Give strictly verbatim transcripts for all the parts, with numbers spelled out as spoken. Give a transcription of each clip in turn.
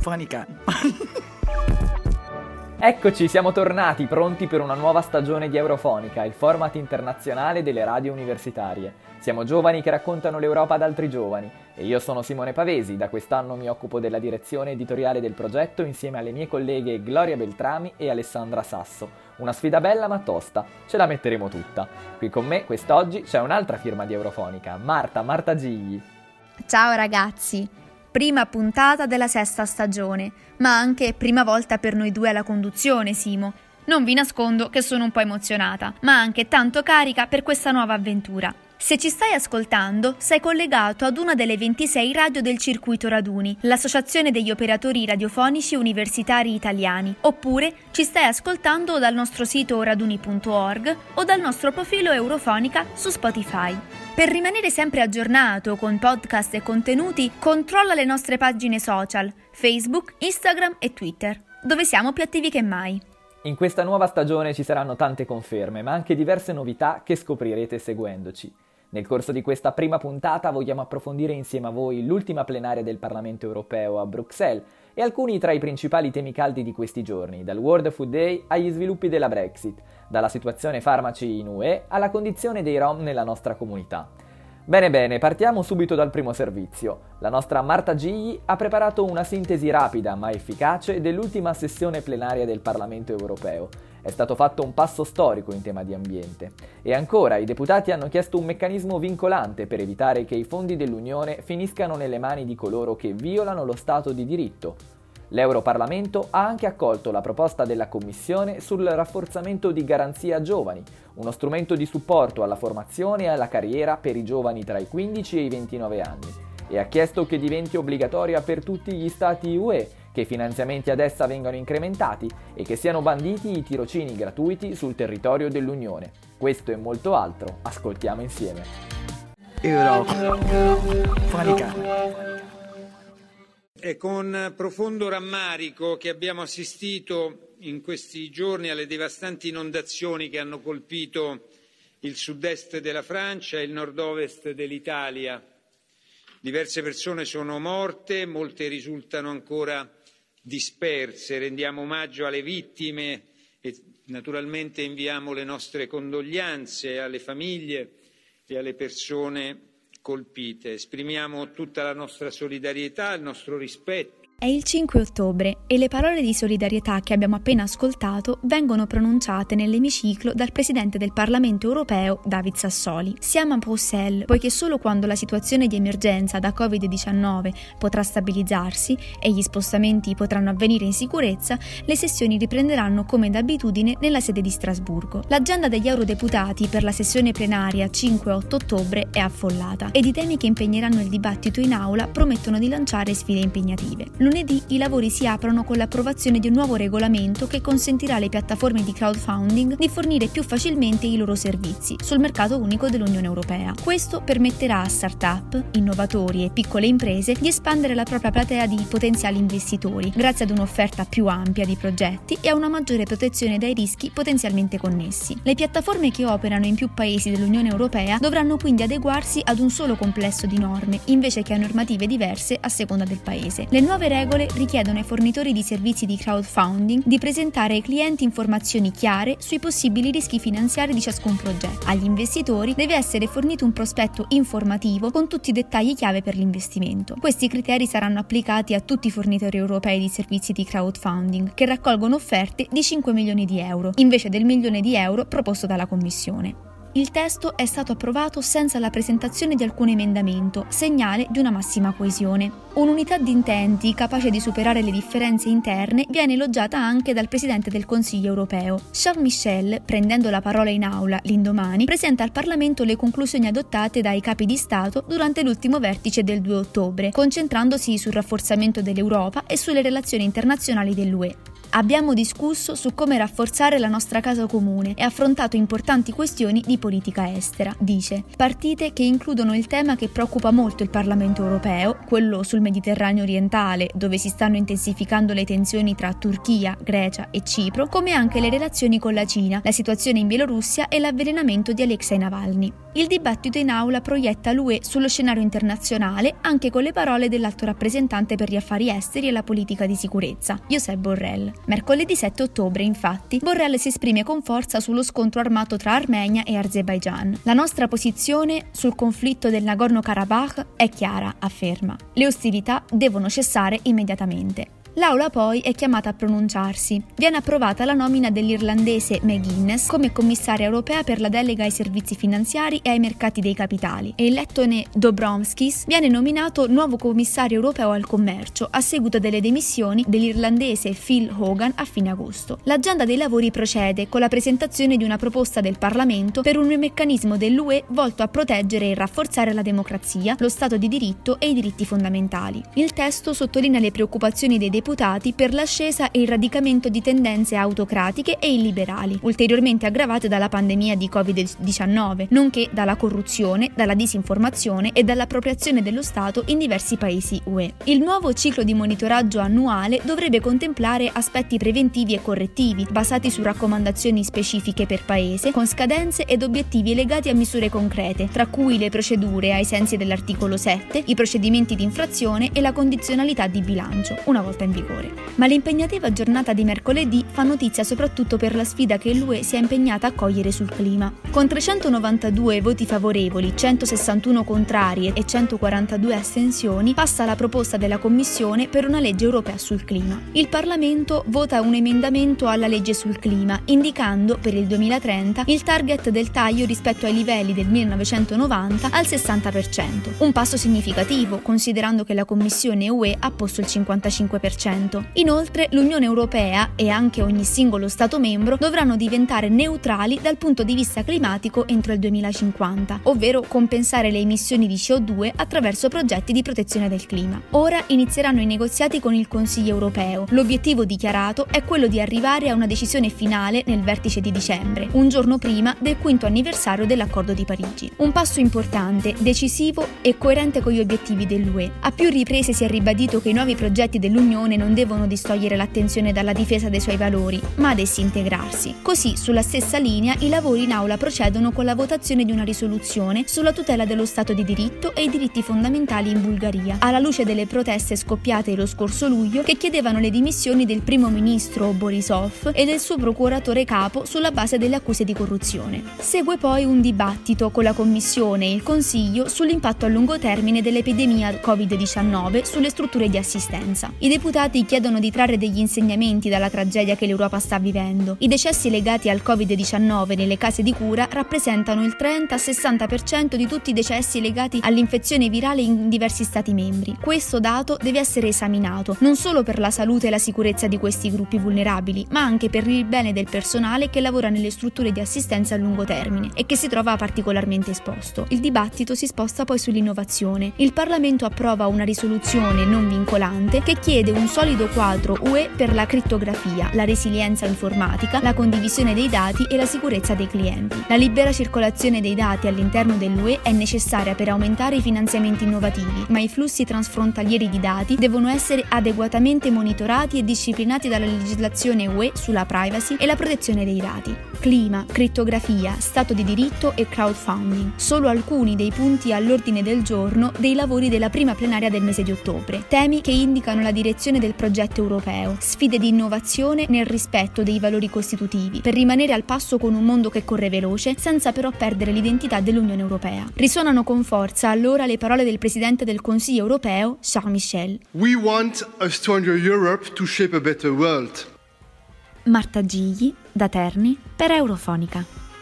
Fonicani. Eccoci, siamo tornati, pronti per una nuova stagione di Eurofonica, il format internazionale delle radio universitarie. Siamo giovani che raccontano l'Europa ad altri giovani e io sono Simone Pavesi, da quest'anno mi occupo della direzione editoriale del progetto insieme alle mie colleghe Gloria Beltrami e Alessandra Sasso. Una sfida bella ma tosta, ce la metteremo tutta. Qui con me quest'oggi c'è un'altra firma di Eurofonica, Marta, Marta Gigli. Ciao ragazzi! Prima puntata della sesta stagione, ma anche prima volta per noi due alla conduzione, Simo. Non vi nascondo che sono un po' emozionata, ma anche tanto carica per questa nuova avventura. Se ci stai ascoltando, sei collegato ad una delle ventisei radio del Circuito Raduni, l'associazione degli operatori radiofonici universitari italiani, oppure ci stai ascoltando dal nostro sito raduni punto org o dal nostro profilo Eurofonica su Spotify. Per rimanere sempre aggiornato con podcast e contenuti, controlla le nostre pagine social, Facebook, Instagram e Twitter, dove siamo più attivi che mai. In questa nuova stagione ci saranno tante conferme, ma anche diverse novità che scoprirete seguendoci. Nel corso di questa prima puntata vogliamo approfondire insieme a voi l'ultima plenaria del Parlamento europeo a Bruxelles e alcuni tra i principali temi caldi di questi giorni, dal World Food Day agli sviluppi della Brexit, dalla situazione farmaci in U E alla condizione dei Rom nella nostra comunità. Bene bene, partiamo subito dal primo servizio. La nostra Marta Gigli ha preparato una sintesi rapida ma efficace dell'ultima sessione plenaria del Parlamento europeo. È stato fatto un passo storico in tema di ambiente. E ancora, i deputati hanno chiesto un meccanismo vincolante per evitare che i fondi dell'Unione finiscano nelle mani di coloro che violano lo Stato di diritto. L'Europarlamento ha anche accolto la proposta della Commissione sul rafforzamento di Garanzia Giovani, uno strumento di supporto alla formazione e alla carriera per i giovani tra i quindici e i ventinove anni, e ha chiesto che diventi obbligatoria per tutti gli Stati U E, che i finanziamenti ad essa vengano incrementati e che siano banditi i tirocini gratuiti sul territorio dell'Unione. Questo e molto altro, ascoltiamo insieme. Eurofonica. È con profondo rammarico che abbiamo assistito in questi giorni alle devastanti inondazioni che hanno colpito il sud-est della Francia e il nord-ovest dell'Italia. Diverse persone sono morte, molte risultano ancora disperse. Rendiamo omaggio alle vittime e naturalmente inviamo le nostre condoglianze alle famiglie e alle persone colpite. Esprimiamo tutta la nostra solidarietà, il nostro rispetto. È il cinque ottobre e le parole di solidarietà che abbiamo appena ascoltato vengono pronunciate nell'emiciclo dal Presidente del Parlamento europeo, David Sassoli. Siamo a Bruxelles, poiché solo quando la situazione di emergenza da covid diciannove potrà stabilizzarsi e gli spostamenti potranno avvenire in sicurezza, le sessioni riprenderanno come d'abitudine nella sede di Strasburgo. L'agenda degli eurodeputati per la sessione plenaria cinque otto ottobre è affollata ed i temi che impegneranno il dibattito in aula promettono di lanciare sfide impegnative. Lunedì i lavori si aprono con l'approvazione di un nuovo regolamento che consentirà alle piattaforme di crowdfunding di fornire più facilmente i loro servizi sul mercato unico dell'Unione Europea. Questo permetterà a start-up, innovatori e piccole imprese di espandere la propria platea di potenziali investitori grazie ad un'offerta più ampia di progetti e a una maggiore protezione dai rischi potenzialmente connessi. Le piattaforme che operano in più paesi dell'Unione Europea dovranno quindi adeguarsi ad un solo complesso di norme invece che a normative diverse a seconda del paese. Le nuove regole richiedono ai fornitori di servizi di crowdfunding di presentare ai clienti informazioni chiare sui possibili rischi finanziari di ciascun progetto. Agli investitori deve essere fornito un prospetto informativo con tutti i dettagli chiave per l'investimento. Questi criteri saranno applicati a tutti i fornitori europei di servizi di crowdfunding che raccolgono offerte di cinque milioni di euro, invece del milione di euro proposto dalla Commissione. Il testo è stato approvato senza la presentazione di alcun emendamento, segnale di una massima coesione. Un'unità di intenti capace di superare le differenze interne viene elogiata anche dal Presidente del Consiglio europeo. Charles Michel, prendendo la parola in aula l'indomani, presenta al Parlamento le conclusioni adottate dai capi di Stato durante l'ultimo vertice del due ottobre, concentrandosi sul rafforzamento dell'Europa e sulle relazioni internazionali dell'U E. Abbiamo discusso su come rafforzare la nostra casa comune e affrontato importanti questioni di politica estera, dice. Partite che includono il tema che preoccupa molto il Parlamento europeo, quello sul Mediterraneo orientale, dove si stanno intensificando le tensioni tra Turchia, Grecia e Cipro, come anche le relazioni con la Cina, la situazione in Bielorussia e l'avvelenamento di Alexei Navalny. Il dibattito in aula proietta l'U E sullo scenario internazionale anche con le parole dell'alto rappresentante per gli affari esteri e la politica di sicurezza, Josep Borrell. Mercoledì sette ottobre, infatti, Borrell si esprime con forza sullo scontro armato tra Armenia e Azerbaigian. La nostra posizione sul conflitto del Nagorno-Karabakh è chiara, afferma. Le ostilità devono cessare immediatamente. L'Aula poi è chiamata a pronunciarsi. Viene approvata la nomina dell'irlandese McGuinness come commissaria europea per la delega ai servizi finanziari e ai mercati dei capitali e il lettone Dombrovskis viene nominato nuovo commissario europeo al commercio a seguito delle dimissioni dell'irlandese Phil Hogan a fine agosto. L'agenda dei lavori procede con la presentazione di una proposta del Parlamento per un meccanismo dell'U E volto a proteggere e rafforzare la democrazia, lo Stato di diritto e i diritti fondamentali. Il testo sottolinea le preoccupazioni dei deputati per l'ascesa e il radicamento di tendenze autocratiche e illiberali, ulteriormente aggravate dalla pandemia di covid diciannove, nonché dalla corruzione, dalla disinformazione e dall'appropriazione dello Stato in diversi paesi U E. Il nuovo ciclo di monitoraggio annuale dovrebbe contemplare aspetti preventivi e correttivi, basati su raccomandazioni specifiche per paese, con scadenze ed obiettivi legati a misure concrete, tra cui le procedure ai sensi dell'articolo sette, i procedimenti di infrazione e la condizionalità di bilancio, una volta in vigore. Ma l'impegnativa giornata di mercoledì fa notizia soprattutto per la sfida che l'U E si è impegnata a cogliere sul clima. Con trecentonovantadue voti favorevoli, centosessantuno contrari e centoquarantadue astensioni, passa la proposta della Commissione per una legge europea sul clima. Il Parlamento vota un emendamento alla legge sul clima, indicando per il duemilatrenta il target del taglio rispetto ai livelli del millenovecentonovanta al sessanta per cento. Un passo significativo, considerando che la Commissione U E ha posto il cinquantacinque per cento. Inoltre, l'Unione Europea e anche ogni singolo Stato membro dovranno diventare neutrali dal punto di vista climatico entro il duemilacinquanta, ovvero compensare le emissioni di C O due attraverso progetti di protezione del clima. Ora inizieranno i negoziati con il Consiglio europeo. L'obiettivo dichiarato è quello di arrivare a una decisione finale nel vertice di dicembre, un giorno prima del quinto anniversario dell'Accordo di Parigi. Un passo importante, decisivo e coerente con gli obiettivi dell'U E. A più riprese si è ribadito che i nuovi progetti dell'Unione non devono distogliere l'attenzione dalla difesa dei suoi valori, ma ad essi integrarsi. Così, sulla stessa linea, i lavori in aula procedono con la votazione di una risoluzione sulla tutela dello Stato di diritto e i diritti fondamentali in Bulgaria, alla luce delle proteste scoppiate lo scorso luglio che chiedevano le dimissioni del primo ministro Borisov e del suo procuratore capo sulla base delle accuse di corruzione. Segue poi un dibattito con la Commissione e il Consiglio sull'impatto a lungo termine dell'epidemia covid diciannove sulle strutture di assistenza. I deputati chiedono di trarre degli insegnamenti dalla tragedia che l'Europa sta vivendo. I decessi legati al covid diciannove nelle case di cura rappresentano il trenta sessanta per cento di tutti i decessi legati all'infezione virale in diversi Stati membri. Questo dato deve essere esaminato non solo per la salute e la sicurezza di questi gruppi vulnerabili, ma anche per il bene del personale che lavora nelle strutture di assistenza a lungo termine e che si trova particolarmente esposto. Il dibattito si sposta poi sull'innovazione. Il Parlamento approva una risoluzione non vincolante che chiede un solido quadro U E per la crittografia, la resilienza informatica, la condivisione dei dati e la sicurezza dei clienti. La libera circolazione dei dati all'interno dell'U E è necessaria per aumentare i finanziamenti innovativi, ma i flussi transfrontalieri di dati devono essere adeguatamente monitorati e disciplinati dalla legislazione U E sulla privacy e la protezione dei dati. Clima, crittografia, Stato di diritto e crowdfunding. Solo alcuni dei punti all'ordine del giorno dei lavori della prima plenaria del mese di ottobre. Temi che indicano la direzione del progetto europeo, sfide di innovazione nel rispetto dei valori costitutivi, per rimanere al passo con un mondo che corre veloce, senza però perdere l'identità dell'Unione Europea. Risuonano con forza allora le parole del Presidente del Consiglio europeo, Charles Michel. We want a stronger Europe to shape a better world. Marta Gigli, da Terni, per Eurofonica.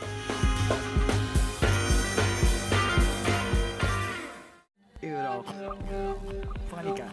Eurofonica.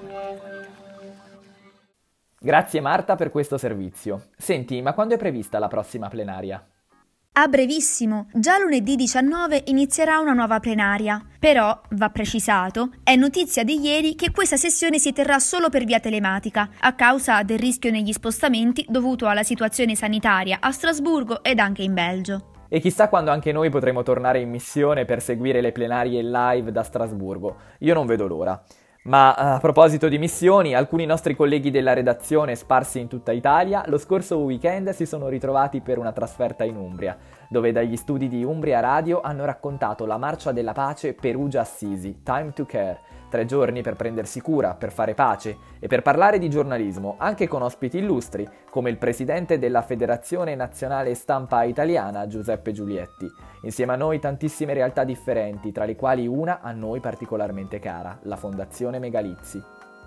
Grazie Marta per questo servizio. Senti, ma quando è prevista la prossima plenaria? A brevissimo, già lunedì diciannove inizierà una nuova plenaria. Però, va precisato, è notizia di ieri che questa sessione si terrà solo per via telematica, a causa del rischio negli spostamenti dovuto alla situazione sanitaria a Strasburgo ed anche in Belgio. E chissà quando anche noi potremo tornare in missione per seguire le plenarie live da Strasburgo. Io non vedo l'ora. Ma a proposito di missioni, alcuni nostri colleghi della redazione sparsi in tutta Italia lo scorso weekend si sono ritrovati per una trasferta in Umbria, dove dagli studi di Umbria Radio hanno raccontato la marcia della pace Perugia-Assisi, Time to Care, tre giorni per prendersi cura, per fare pace e per parlare di giornalismo, anche con ospiti illustri, come il presidente della Federazione Nazionale Stampa Italiana, Giuseppe Giulietti. Insieme a noi tantissime realtà differenti, tra le quali una a noi particolarmente cara, la Fondazione Megalizzi.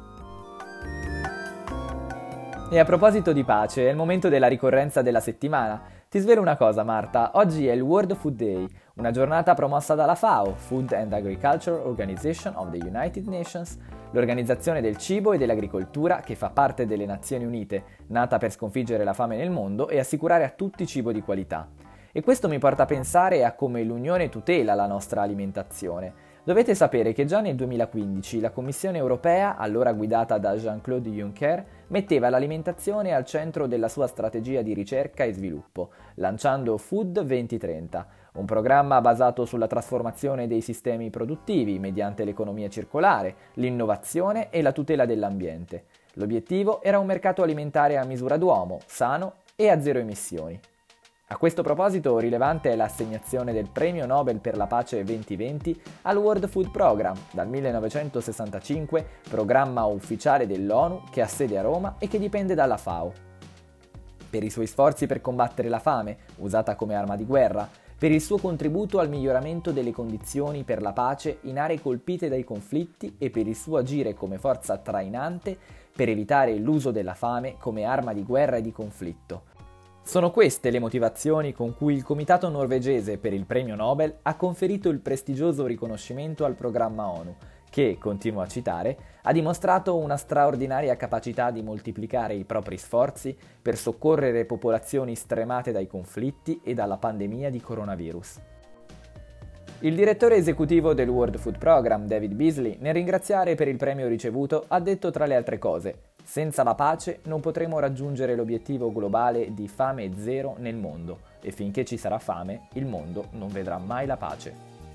E a proposito di pace, è il momento della ricorrenza della settimana. Ti svelo una cosa, Marta, oggi è il World Food Day, una giornata promossa dalla FAO, Food and Agriculture Organization of the United Nations, l'organizzazione del cibo e dell'agricoltura che fa parte delle Nazioni Unite, nata per sconfiggere la fame nel mondo e assicurare a tutti cibo di qualità. E questo mi porta a pensare a come l'Unione tutela la nostra alimentazione. Dovete sapere che già nel duemilaquindici la Commissione europea, allora guidata da Jean-Claude Juncker, metteva l'alimentazione al centro della sua strategia di ricerca e sviluppo, lanciando Food duemilatrenta, un programma basato sulla trasformazione dei sistemi produttivi mediante l'economia circolare, l'innovazione e la tutela dell'ambiente. L'obiettivo era un mercato alimentare a misura d'uomo, sano e a zero emissioni. A questo proposito rilevante è l'assegnazione del Premio Nobel per la Pace duemilaventi al World Food Programme, dal millenovecentosessantacinque, programma ufficiale dell'ONU che ha sede a Roma e che dipende dalla FAO. Per i suoi sforzi per combattere la fame, usata come arma di guerra, per il suo contributo al miglioramento delle condizioni per la pace in aree colpite dai conflitti e per il suo agire come forza trainante per evitare l'uso della fame come arma di guerra e di conflitto. Sono queste le motivazioni con cui il Comitato norvegese per il Premio Nobel ha conferito il prestigioso riconoscimento al programma ONU, che, continuo a citare, ha dimostrato una straordinaria capacità di moltiplicare i propri sforzi per soccorrere popolazioni stremate dai conflitti e dalla pandemia di coronavirus. Il direttore esecutivo del World Food Programme, David Beasley, nel ringraziare per il premio ricevuto, ha detto tra le altre cose: senza la pace non potremo raggiungere l'obiettivo globale di fame zero nel mondo e finché ci sarà fame, il mondo non vedrà mai la pace.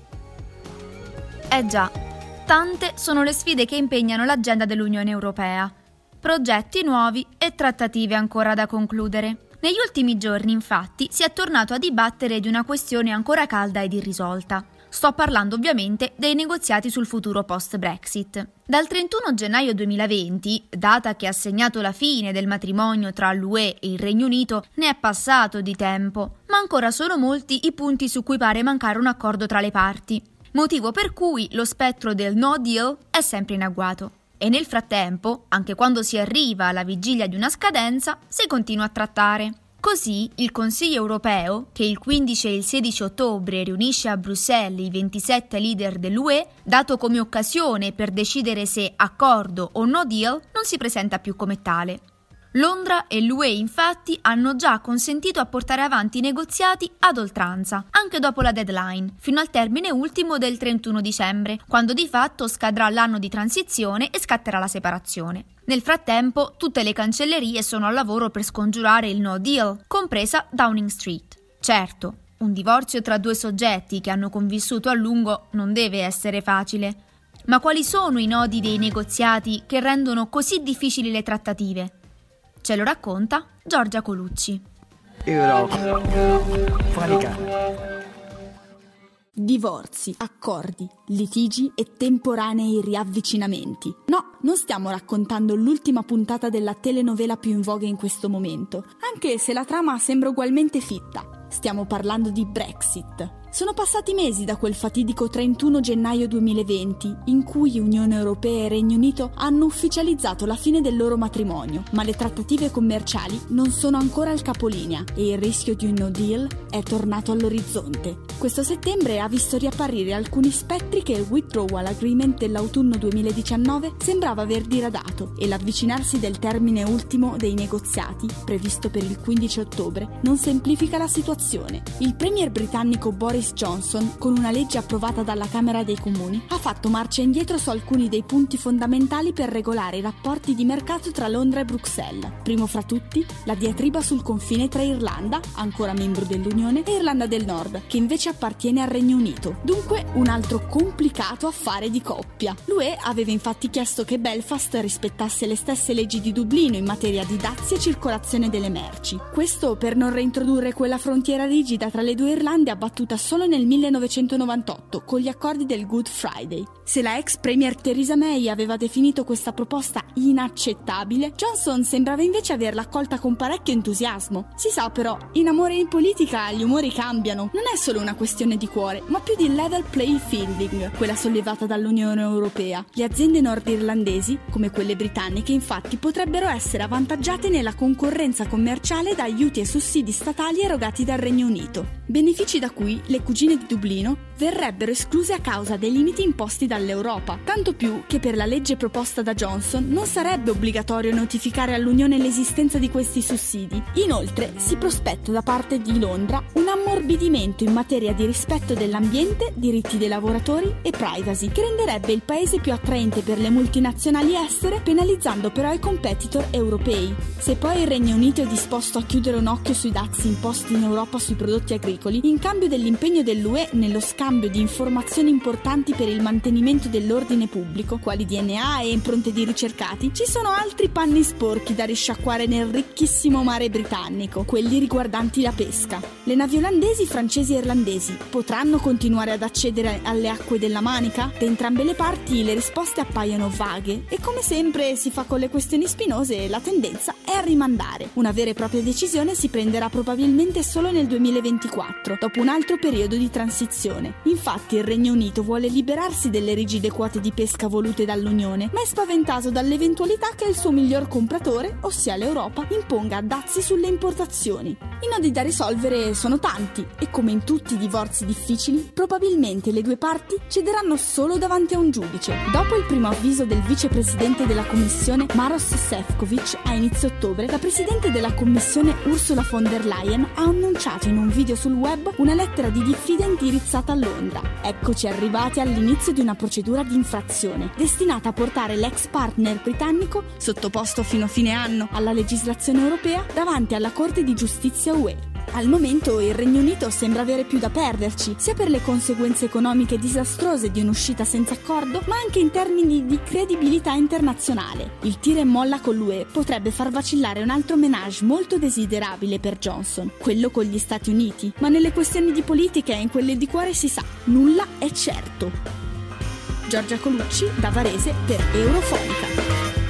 Eh già, tante sono le sfide che impegnano l'agenda dell'Unione Europea. Progetti nuovi e trattative ancora da concludere. Negli ultimi giorni, infatti, si è tornato a dibattere di una questione ancora calda ed irrisolta. Sto parlando ovviamente dei negoziati sul futuro post-Brexit. Dal trentuno gennaio duemilaventi, data che ha segnato la fine del matrimonio tra l'U E e il Regno Unito, ne è passato di tempo, ma ancora sono molti i punti su cui pare mancare un accordo tra le parti, motivo per cui lo spettro del no deal è sempre in agguato. E nel frattempo, anche quando si arriva alla vigilia di una scadenza, si continua a trattare. Così il Consiglio europeo, che il quindici e il sedici ottobre riunisce a Bruxelles i ventisette leader dell'U E, dato come occasione per decidere se accordo o no deal, non si presenta più come tale. Londra e l'U E infatti hanno già consentito a portare avanti i negoziati ad oltranza, anche dopo la deadline, fino al termine ultimo del trentuno dicembre, quando di fatto scadrà l'anno di transizione e scatterà la separazione. Nel frattempo, tutte le cancellerie sono al lavoro per scongiurare il no deal, compresa Downing Street. Certo, un divorzio tra due soggetti che hanno convissuto a lungo non deve essere facile. Ma quali sono i nodi dei negoziati che rendono così difficili le trattative? Ce lo racconta Giorgia Colucci. Divorzi, accordi, litigi e temporanei riavvicinamenti. No, non stiamo raccontando l'ultima puntata della telenovela più in voga in questo momento, anche se la trama sembra ugualmente fitta. Stiamo parlando di Brexit. Sono passati mesi da quel fatidico trentuno gennaio duemilaventi, in cui Unione Europea e Regno Unito hanno ufficializzato la fine del loro matrimonio, ma le trattative commerciali non sono ancora al capolinea e il rischio di un no deal è tornato all'orizzonte. Questo settembre ha visto riapparire alcuni spettri che il Withdrawal Agreement dell'autunno duemiladiciannove sembrava aver diradato e l'avvicinarsi del termine ultimo dei negoziati, previsto per il quindici ottobre, non semplifica la situazione. Il premier britannico Boris Johnson, con una legge approvata dalla Camera dei Comuni, ha fatto marcia indietro su alcuni dei punti fondamentali per regolare i rapporti di mercato tra Londra e Bruxelles. Primo fra tutti, la diatriba sul confine tra Irlanda, ancora membro dell'Unione, e Irlanda del Nord, che invece appartiene al Regno Unito. Dunque, un altro complicato affare di coppia. L'U E aveva infatti chiesto che Belfast rispettasse le stesse leggi di Dublino in materia di dazi e circolazione delle merci. Questo per non reintrodurre quella frontiera rigida tra le due Irlande abbattuta solo nel millenovecentonovantotto con gli accordi del Good Friday. Se la ex premier Theresa May aveva definito questa proposta inaccettabile, Johnson sembrava invece averla accolta con parecchio entusiasmo. Si sa però, in amore e in politica gli umori cambiano. Non è solo una questione di cuore, ma più di level play fielding, quella sollevata dall'Unione Europea. Le aziende nordirlandesi, come quelle britanniche, infatti potrebbero essere avvantaggiate nella concorrenza commerciale da aiuti e sussidi statali erogati dal Regno Unito, benefici da cui le cugine di Dublino verrebbero escluse a causa dei limiti imposti dall'Europa, tanto più che per la legge proposta da Johnson non sarebbe obbligatorio notificare all'Unione l'esistenza di questi sussidi. Inoltre si prospetta da parte di Londra un ammorbidimento in materia di rispetto dell'ambiente, diritti dei lavoratori e privacy, che renderebbe il paese più attraente per le multinazionali estere, penalizzando però i competitor europei. Se poi il Regno Unito è disposto a chiudere un occhio sui dazi imposti in Europa sui prodotti agricoli, in cambio dell'impegno dell'U E nello scambio di informazioni importanti per il mantenimento dell'ordine pubblico, quali D N A e impronte di ricercati, ci sono altri panni sporchi da risciacquare nel ricchissimo mare britannico, quelli riguardanti la pesca. Le navi olandesi, francesi e irlandesi potranno continuare ad accedere alle acque della Manica? Da entrambe le parti le risposte appaiono vaghe e, come sempre si fa con le questioni spinose, la tendenza è a rimandare. Una vera e propria decisione si prenderà probabilmente solo nel duemilaventiquattro, dopo un altro periodo di transizione. Infatti il Regno Unito vuole liberarsi delle rigide quote di pesca volute dall'Unione, ma è spaventato dall'eventualità che il suo miglior compratore, ossia l'Europa, imponga dazi sulle importazioni. I nodi da risolvere sono tanti e, come in tutti i divorzi difficili, probabilmente le due parti cederanno solo davanti a un giudice. Dopo il primo avviso del vicepresidente della Commissione Maroš Šefčovič a inizio ottobre, la presidente della Commissione Ursula von der Leyen ha annunciato in un video sul web una lettera di diffida indirizzata a Londra. Eccoci arrivati all'inizio di una procedura di infrazione destinata a portare l'ex partner britannico, sottoposto fino a fine anno alla legislazione europea, davanti alla Corte di Giustizia U E. Al momento il Regno Unito sembra avere più da perderci, sia per le conseguenze economiche disastrose di un'uscita senza accordo, ma anche in termini di credibilità internazionale. Il tira e molla con l'U E potrebbe far vacillare un altro ménage molto desiderabile per Johnson, quello con gli Stati Uniti, ma nelle questioni di politica e in quelle di cuore si sa, nulla è certo. Giorgia Colucci, da Varese per Eurofonica.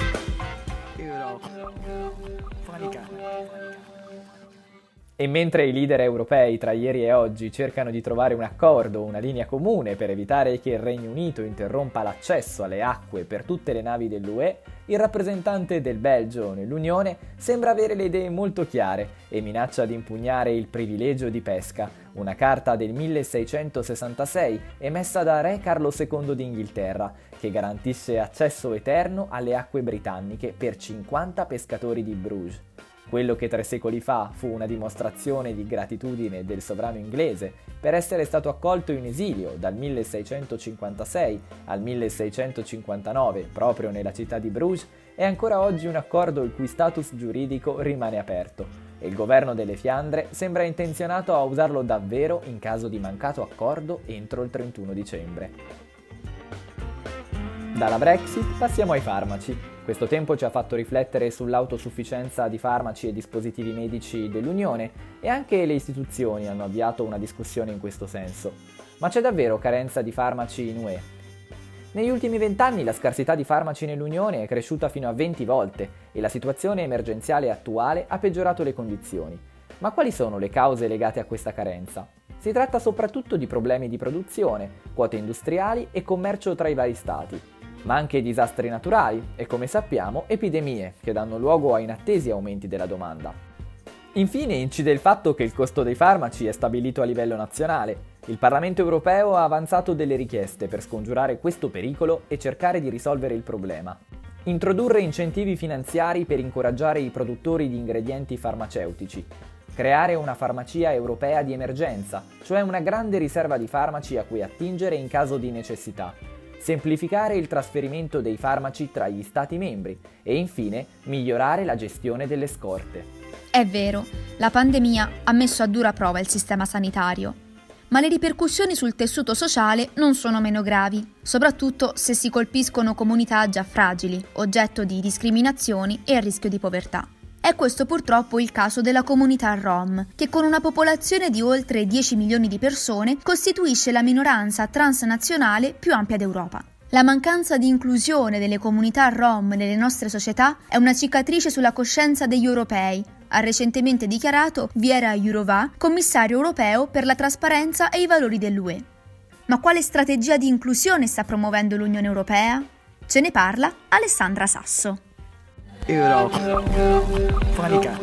E mentre i leader europei tra ieri e oggi cercano di trovare un accordo, una linea comune per evitare che il Regno Unito interrompa l'accesso alle acque per tutte le navi dell'U E, il rappresentante del Belgio nell'Unione sembra avere le idee molto chiare e minaccia di impugnare il privilegio di pesca, una carta del milleseicentosessantasei emessa da Re Carlo secondo d'Inghilterra, che garantisce accesso eterno alle acque britanniche per cinquanta pescatori di Bruges. Quello che tre secoli fa fu una dimostrazione di gratitudine del sovrano inglese per essere stato accolto in esilio dal milleseicentocinquantasei al milleseicentocinquantanove proprio nella città di Bruges, è ancora oggi un accordo il cui status giuridico rimane aperto e il governo delle Fiandre sembra intenzionato a usarlo davvero in caso di mancato accordo entro il trentuno dicembre. Dalla Brexit passiamo ai farmaci. Questo tempo ci ha fatto riflettere sull'autosufficienza di farmaci e dispositivi medici dell'Unione e anche le istituzioni hanno avviato una discussione in questo senso. Ma c'è davvero carenza di farmaci in U E? Negli ultimi vent'anni la scarsità di farmaci nell'Unione è cresciuta fino a venti volte e la situazione emergenziale attuale ha peggiorato le condizioni. Ma quali sono le cause legate a questa carenza? Si tratta soprattutto di problemi di produzione, quote industriali e commercio tra i vari stati, ma anche disastri naturali e, come sappiamo, epidemie che danno luogo a inattesi aumenti della domanda. Infine incide il fatto che il costo dei farmaci è stabilito a livello nazionale. Il Parlamento europeo ha avanzato delle richieste per scongiurare questo pericolo e cercare di risolvere il problema. Introdurre incentivi finanziari per incoraggiare i produttori di ingredienti farmaceutici. Creare una farmacia europea di emergenza, cioè una grande riserva di farmaci a cui attingere in caso di necessità. Semplificare il trasferimento dei farmaci tra gli Stati membri e infine migliorare la gestione delle scorte. È vero, la pandemia ha messo a dura prova il sistema sanitario, ma le ripercussioni sul tessuto sociale non sono meno gravi, soprattutto se si colpiscono comunità già fragili, oggetto di discriminazioni e a rischio di povertà. È questo purtroppo il caso della comunità Rom, che con una popolazione di oltre dieci milioni di persone costituisce la minoranza transnazionale più ampia d'Europa. La mancanza di inclusione delle comunità Rom nelle nostre società è una cicatrice sulla coscienza degli europei, ha recentemente dichiarato Věra Jourová, commissario europeo per la trasparenza e i valori dell'U E. Ma quale strategia di inclusione sta promuovendo l'Unione Europea? Ce ne parla Alessandra Sasso. Europa. Fanica.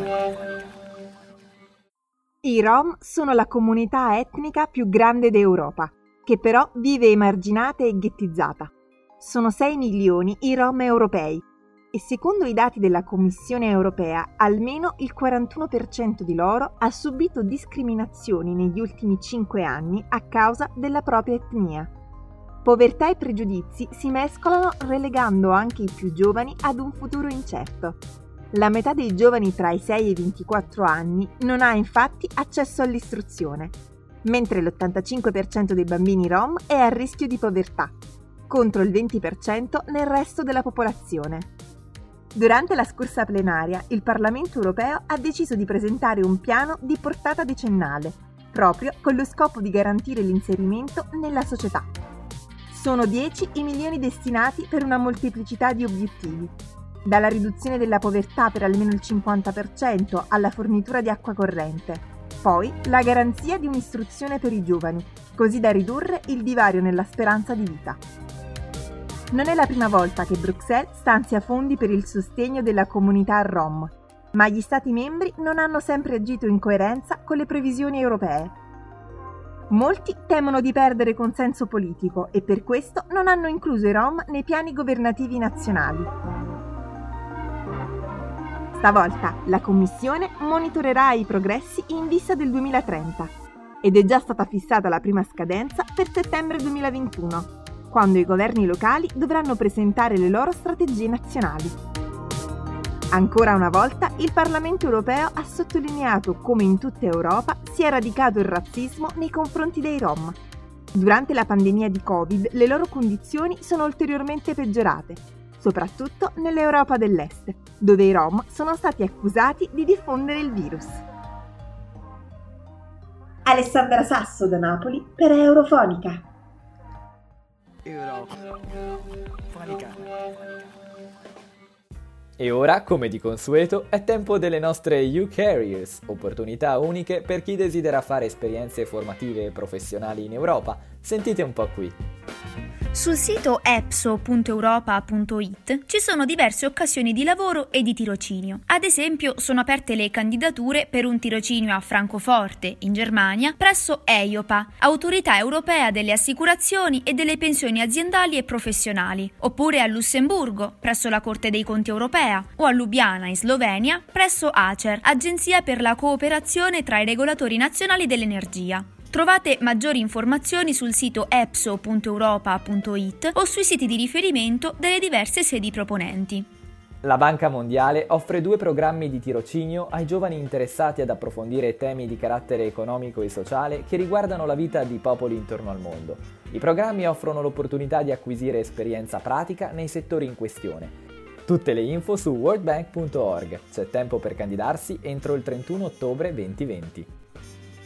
I Rom sono la comunità etnica più grande d'Europa, che però vive emarginata e ghettizzata. Sono sei milioni i Rom europei e secondo i dati della Commissione europea almeno il quarantuno per cento di loro ha subito discriminazioni negli ultimi cinque anni a causa della propria etnia. Povertà e pregiudizi si mescolano relegando anche i più giovani ad un futuro incerto. La metà dei giovani tra i sei e i ventiquattro anni non ha infatti accesso all'istruzione, mentre l'ottantacinque per cento dei bambini Rom è a rischio di povertà, contro il venti per cento nel resto della popolazione. Durante la scorsa plenaria, il Parlamento europeo ha deciso di presentare un piano di portata decennale, proprio con lo scopo di garantire l'inserimento nella società. Sono dieci i milioni destinati per una molteplicità di obiettivi, dalla riduzione della povertà per almeno il cinquanta per cento alla fornitura di acqua corrente, poi la garanzia di un'istruzione per i giovani, così da ridurre il divario nella speranza di vita. Non è la prima volta che Bruxelles stanzia fondi per il sostegno della comunità Rom, ma gli Stati membri non hanno sempre agito in coerenza con le previsioni europee. Molti temono di perdere consenso politico e per questo non hanno incluso i Rom nei piani governativi nazionali. Stavolta la Commissione monitorerà i progressi in vista del duemilatrenta ed è già stata fissata la prima scadenza per settembre duemilaventuno, quando i governi locali dovranno presentare le loro strategie nazionali. Ancora una volta il Parlamento europeo ha sottolineato come in tutta Europa sia radicato il razzismo nei confronti dei Rom. Durante la pandemia di Covid le loro condizioni sono ulteriormente peggiorate, soprattutto nell'Europa dell'Est, dove i Rom sono stati accusati di diffondere il virus. Alessandra Sasso da Napoli per Eurofonica. Europa. Fanica. E ora, come di consueto, è tempo delle nostre U-Carriers, opportunità uniche per chi desidera fare esperienze formative e professionali in Europa. Sentite un po' qui. Sul sito epso punto europa punto it ci sono diverse occasioni di lavoro e di tirocinio. Ad esempio, sono aperte le candidature per un tirocinio a Francoforte, in Germania, presso EIOPA, Autorità Europea delle Assicurazioni e delle Pensioni Aziendali e Professionali, oppure a Lussemburgo, presso la Corte dei Conti Europea, o a Lubiana, in Slovenia, presso ACER, Agenzia per la cooperazione tra i regolatori nazionali dell'energia. Trovate maggiori informazioni sul sito epso punto europa punto it o sui siti di riferimento delle diverse sedi proponenti. La Banca Mondiale offre due programmi di tirocinio ai giovani interessati ad approfondire temi di carattere economico e sociale che riguardano la vita di popoli intorno al mondo. I programmi offrono l'opportunità di acquisire esperienza pratica nei settori in questione. Tutte le info su worldbank punto org. C'è tempo per candidarsi entro il trentuno ottobre duemilaventi.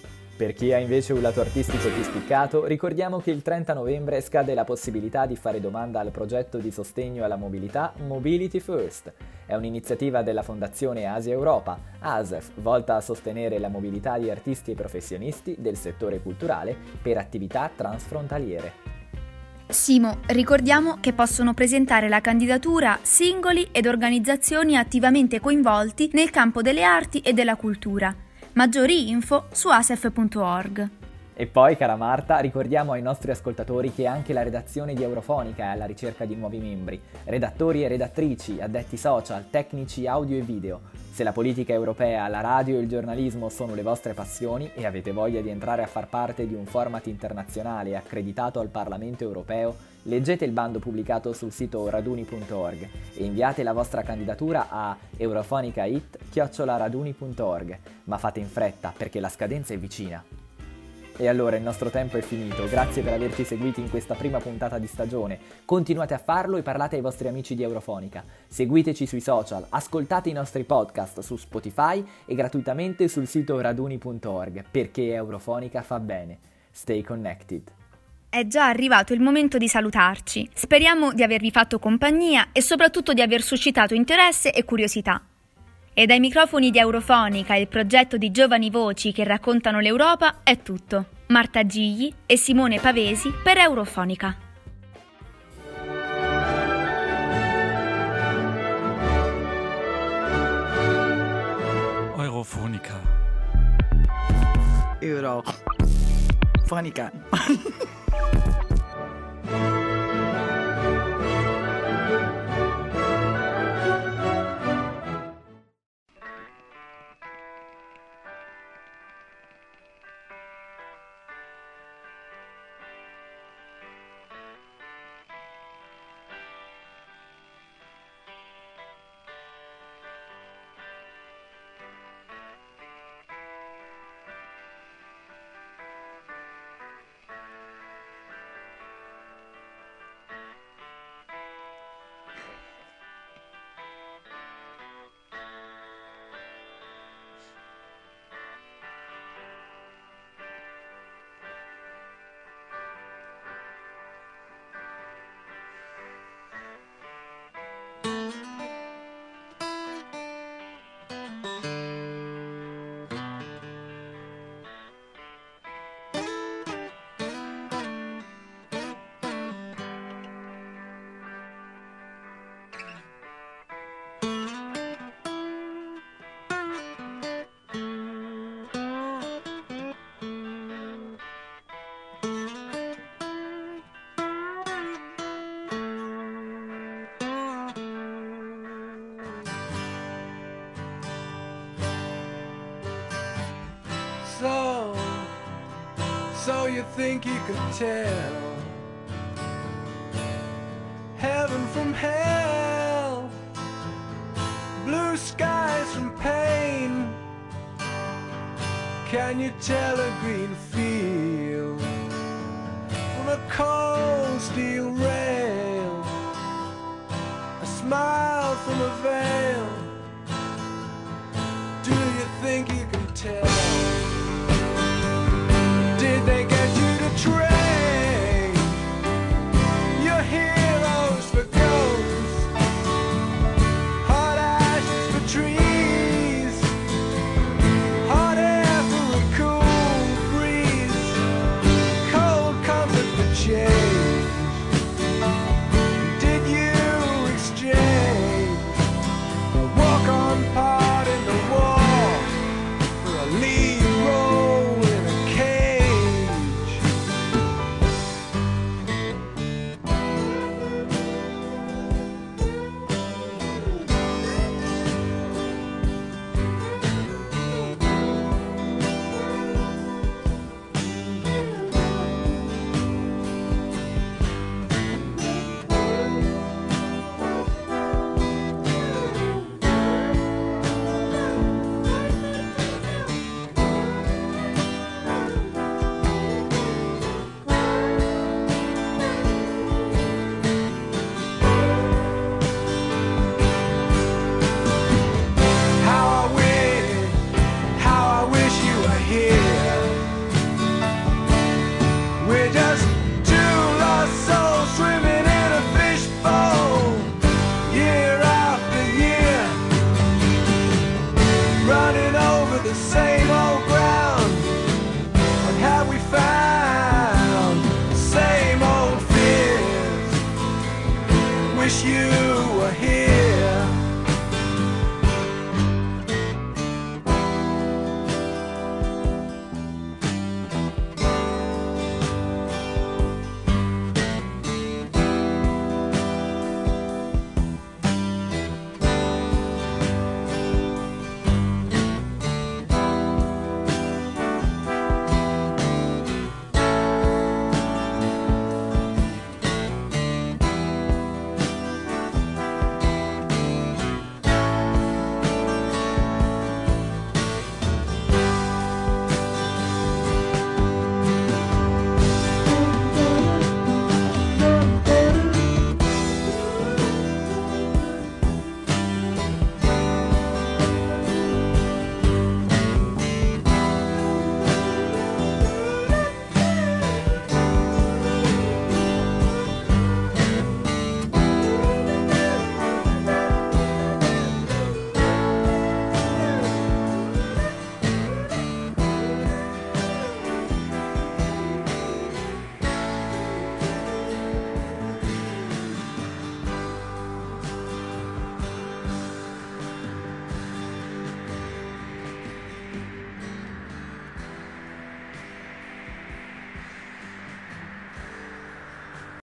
Per chi ha invece un lato artistico più spiccato, ricordiamo che il trenta novembre scade la possibilità di fare domanda al progetto di sostegno alla mobilità Mobility First. È un'iniziativa della Fondazione Asia Europa, A S E F, volta a sostenere la mobilità di artisti e professionisti del settore culturale per attività transfrontaliere. Simo, ricordiamo che possono presentare la candidatura singoli ed organizzazioni attivamente coinvolti nel campo delle arti e della cultura. Maggiori info su asef punto org. E poi, cara Marta, ricordiamo ai nostri ascoltatori che anche la redazione di Eurofonica è alla ricerca di nuovi membri, redattori e redattrici, addetti social, tecnici audio e video. Se la politica europea, la radio e il giornalismo sono le vostre passioni e avete voglia di entrare a far parte di un format internazionale accreditato al Parlamento europeo, leggete il bando pubblicato sul sito raduni punto org e inviate la vostra candidatura a eurofonicahit chiocciola raduni punto org, ma fate in fretta perché la scadenza è vicina. E allora il nostro tempo è finito, grazie per averci seguiti in questa prima puntata di stagione, continuate a farlo e parlate ai vostri amici di Eurofonica, seguiteci sui social, ascoltate i nostri podcast su Spotify e gratuitamente sul sito raduni punto org, perché Eurofonica fa bene. Stay connected. È già arrivato il momento di salutarci, speriamo di avervi fatto compagnia e soprattutto di aver suscitato interesse e curiosità. E dai microfoni di Eurofonica, il progetto di giovani voci che raccontano l'Europa, è tutto. Marta Gigli e Simone Pavesi per Eurofonica. Eurofonica. Eurofonica. So, so you think you could tell heaven from hell, blue skies from pain? Can you tell a green field from a cold steel rail, a smile from a veil? Do you think you can tell?